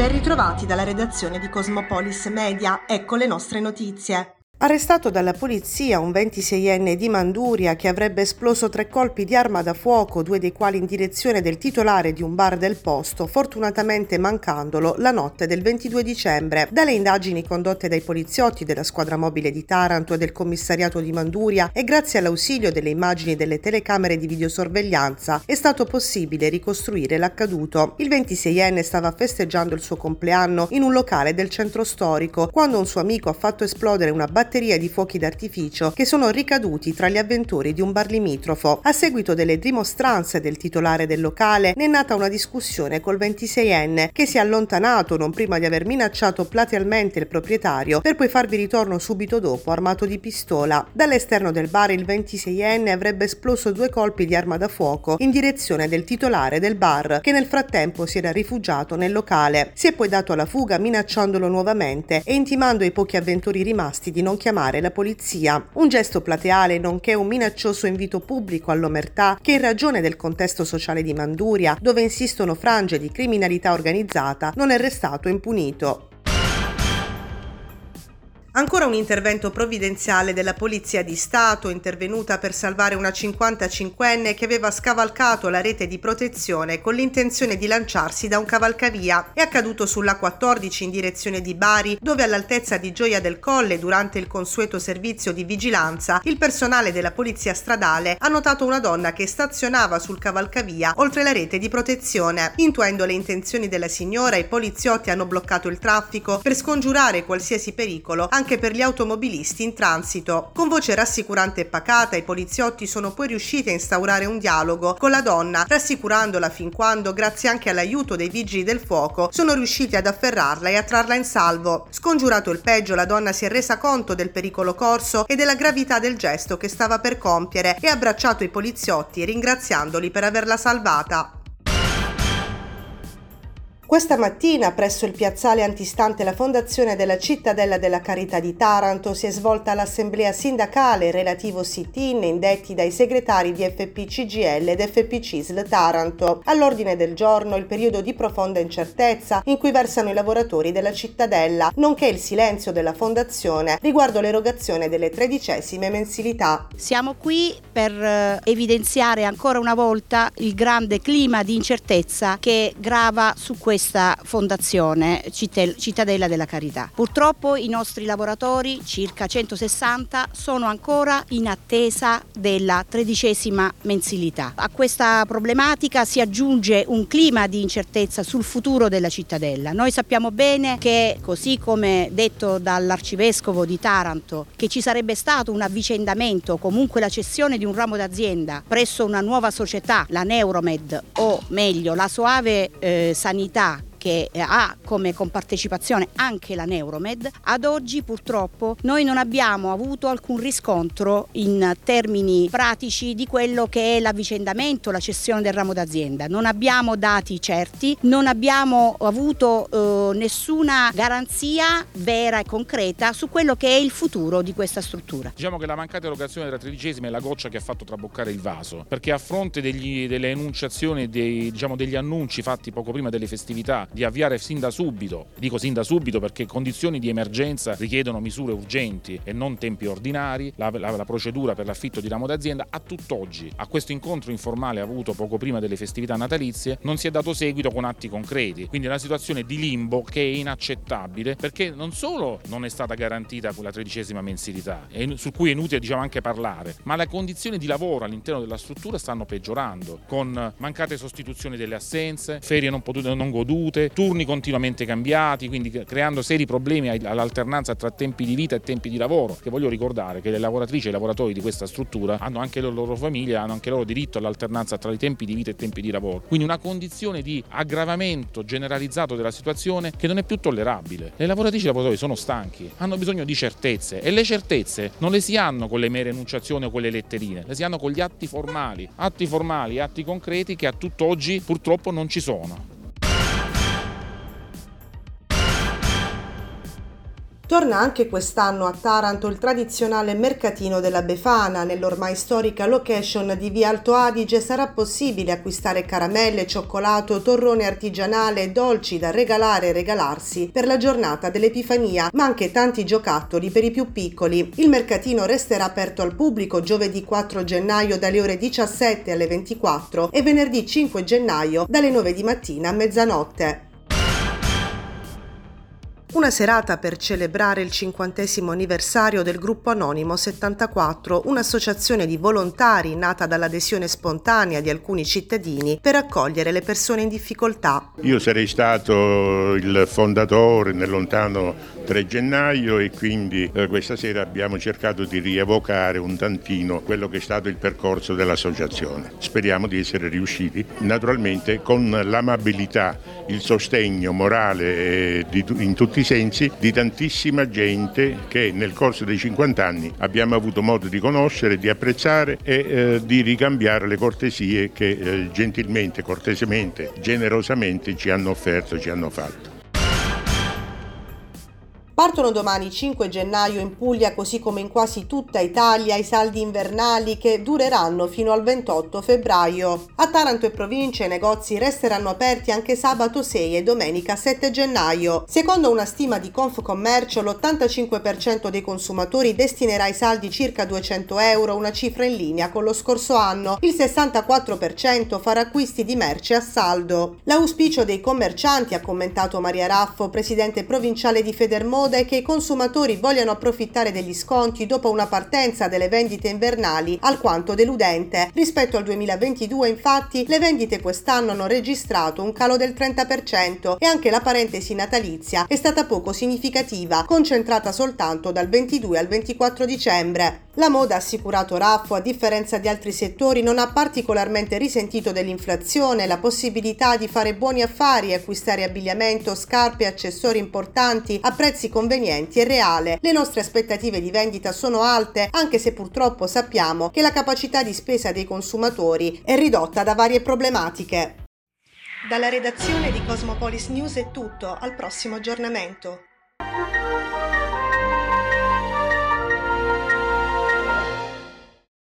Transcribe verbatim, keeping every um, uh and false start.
Ben ritrovati dalla redazione di Cosmopolis Media, ecco le nostre notizie. Arrestato dalla polizia un ventiseienne di Manduria che avrebbe esploso tre colpi di arma da fuoco, due dei quali in direzione del titolare di un bar del posto, fortunatamente mancandolo la notte del ventidue dicembre. Dalle indagini condotte dai poliziotti della squadra mobile di Taranto e del commissariato di Manduria e grazie all'ausilio delle immagini delle telecamere di videosorveglianza è stato possibile ricostruire l'accaduto. Il ventiseienne stava festeggiando il suo compleanno in un locale del centro storico quando un suo amico ha fatto esplodere una batteria di fuochi d'artificio che sono ricaduti tra gli avventori di un bar limitrofo. A seguito delle dimostranze del titolare del locale ne è nata una discussione col ventiseienne che si è allontanato non prima di aver minacciato platealmente il proprietario per poi farvi ritorno subito dopo armato di pistola. Dall'esterno del bar il ventiseienne avrebbe esploso due colpi di arma da fuoco in direzione del titolare del bar che nel frattempo si era rifugiato nel locale. Si è poi dato alla fuga minacciandolo nuovamente e intimando ai pochi avventori rimasti di non chiamare la polizia. Un gesto plateale nonché un minaccioso invito pubblico all'omertà che in ragione del contesto sociale di Manduria, dove insistono frange di criminalità organizzata, non è restato impunito. Ancora un intervento provvidenziale della Polizia di Stato, intervenuta per salvare una cinquantacinquenne che aveva scavalcato la rete di protezione con l'intenzione di lanciarsi da un cavalcavia. È accaduto sull'A quattordici in direzione di Bari, dove all'altezza di Gioia del Colle, durante il consueto servizio di vigilanza, il personale della Polizia Stradale ha notato una donna che stazionava sul cavalcavia oltre la rete di protezione. Intuendo le intenzioni della signora, i poliziotti hanno bloccato il traffico per scongiurare qualsiasi pericolo anche per gli automobilisti in transito. Con voce rassicurante e pacata, i poliziotti sono poi riusciti a instaurare un dialogo con la donna, rassicurandola fin quando, grazie anche all'aiuto dei vigili del fuoco, sono riusciti ad afferrarla e a trarla in salvo. Scongiurato il peggio, la donna si è resa conto del pericolo corso e della gravità del gesto che stava per compiere e ha abbracciato i poliziotti ringraziandoli per averla salvata. Questa mattina, presso il piazzale antistante la fondazione della Cittadella della Carità di Taranto, si è svolta l'assemblea sindacale relativo sit-in indetti dai segretari di F P C G I L ed F P C I S L Taranto. All'ordine del giorno il periodo di profonda incertezza in cui versano i lavoratori della Cittadella, nonché il silenzio della fondazione riguardo l'erogazione delle tredicesime mensilità. Siamo qui per evidenziare ancora una volta il grande clima di incertezza che grava su questo questa fondazione Cittadella della Carità. Purtroppo i nostri lavoratori, circa centosessanta, sono ancora in attesa della tredicesima mensilità. A questa problematica si aggiunge un clima di incertezza sul futuro della cittadella. Noi sappiamo bene che, così come detto dall'arcivescovo di Taranto, che ci sarebbe stato un avvicendamento, comunque la cessione di un ramo d'azienda presso una nuova società, la Neuromed, o meglio la Soave eh, Sanità, che ha come compartecipazione anche la Neuromed. Ad oggi purtroppo noi non abbiamo avuto alcun riscontro in termini pratici di quello che è l'avvicendamento, la cessione del ramo d'azienda. Non abbiamo dati certi, non abbiamo avuto eh, nessuna garanzia vera e concreta su quello che è il futuro di questa struttura. Diciamo che la mancata erogazione della tredicesima è la goccia che ha fatto traboccare il vaso, perché a fronte degli, delle enunciazioni, dei, diciamo, degli annunci fatti poco prima delle festività di avviare sin da subito, dico sin da subito perché condizioni di emergenza richiedono misure urgenti e non tempi ordinari, la, la, la procedura per l'affitto di ramo d'azienda, a tutt'oggi, a questo incontro informale avuto poco prima delle festività natalizie, non si è dato seguito con atti concreti, quindi è una situazione di limbo che è inaccettabile, perché non solo non è stata garantita la tredicesima mensilità, su cui è inutile diciamo anche parlare, ma le condizioni di lavoro all'interno della struttura stanno peggiorando, con mancate sostituzioni delle assenze, ferie non potute, non godute, turni continuamente cambiati, quindi creando seri problemi all'alternanza tra tempi di vita e tempi di lavoro, che voglio ricordare che le lavoratrici e i lavoratori di questa struttura hanno anche le loro famiglie, hanno anche loro diritto all'alternanza tra i tempi di vita e tempi di lavoro, quindi una condizione di aggravamento generalizzato della situazione che non è più tollerabile. Le lavoratrici e i lavoratori sono stanchi, hanno bisogno di certezze e le certezze non le si hanno con le mere enunciazioni o con le letterine, le si hanno con gli atti formali, atti formali, atti concreti che a tutt'oggi purtroppo non ci sono. Torna anche quest'anno a Taranto il tradizionale mercatino della Befana. Nell'ormai storica location di via Alto Adige sarà possibile acquistare caramelle, cioccolato, torrone artigianale e dolci da regalare e regalarsi per la giornata dell'Epifania, ma anche tanti giocattoli per i più piccoli. Il mercatino resterà aperto al pubblico giovedì quattro gennaio dalle ore diciassette alle ventiquattro e venerdì cinque gennaio dalle nove di mattina a mezzanotte. Una serata per celebrare il cinquantesimo anniversario del gruppo Anonimo settantaquattro, un'associazione di volontari nata dall'adesione spontanea di alcuni cittadini per accogliere le persone in difficoltà. Io sarei stato il fondatore nel lontano tre gennaio e quindi eh, questa sera abbiamo cercato di rievocare un tantino quello che è stato il percorso dell'associazione. Speriamo di essere riusciti, naturalmente con l'amabilità, il sostegno morale eh, di, in tutti i sensi di tantissima gente che nel corso dei cinquanta anni abbiamo avuto modo di conoscere, di apprezzare e eh, di ricambiare le cortesie che eh, gentilmente, cortesemente, generosamente ci hanno offerto, ci hanno fatto. Partono domani cinque gennaio in Puglia, così come in quasi tutta Italia, i saldi invernali che dureranno fino al ventotto febbraio. A Taranto e provincia i negozi resteranno aperti anche sabato sei e domenica sette gennaio. Secondo una stima di Confcommercio, l'ottantacinque per cento dei consumatori destinerà ai saldi circa duecento euro, una cifra in linea con lo scorso anno. Il sessantaquattro per cento farà acquisti di merce a saldo. L'auspicio dei commercianti, ha commentato Maria Raffo, presidente provinciale di Federmode, è che i consumatori vogliano approfittare degli sconti dopo una partenza delle vendite invernali alquanto deludente. Rispetto al duemilaventidue, infatti, le vendite quest'anno hanno registrato un calo del trenta per cento e anche la parentesi natalizia è stata poco significativa, concentrata soltanto dal ventidue al ventiquattro dicembre. La moda, ha assicurato Raffo, a differenza di altri settori, non ha particolarmente risentito dell'inflazione. La possibilità di fare buoni affari e acquistare abbigliamento, scarpe e accessori importanti a prezzi convenienti è reale. Le nostre aspettative di vendita sono alte, anche se purtroppo sappiamo che la capacità di spesa dei consumatori è ridotta da varie problematiche. Dalla redazione di Cosmopolis News è tutto, al prossimo aggiornamento.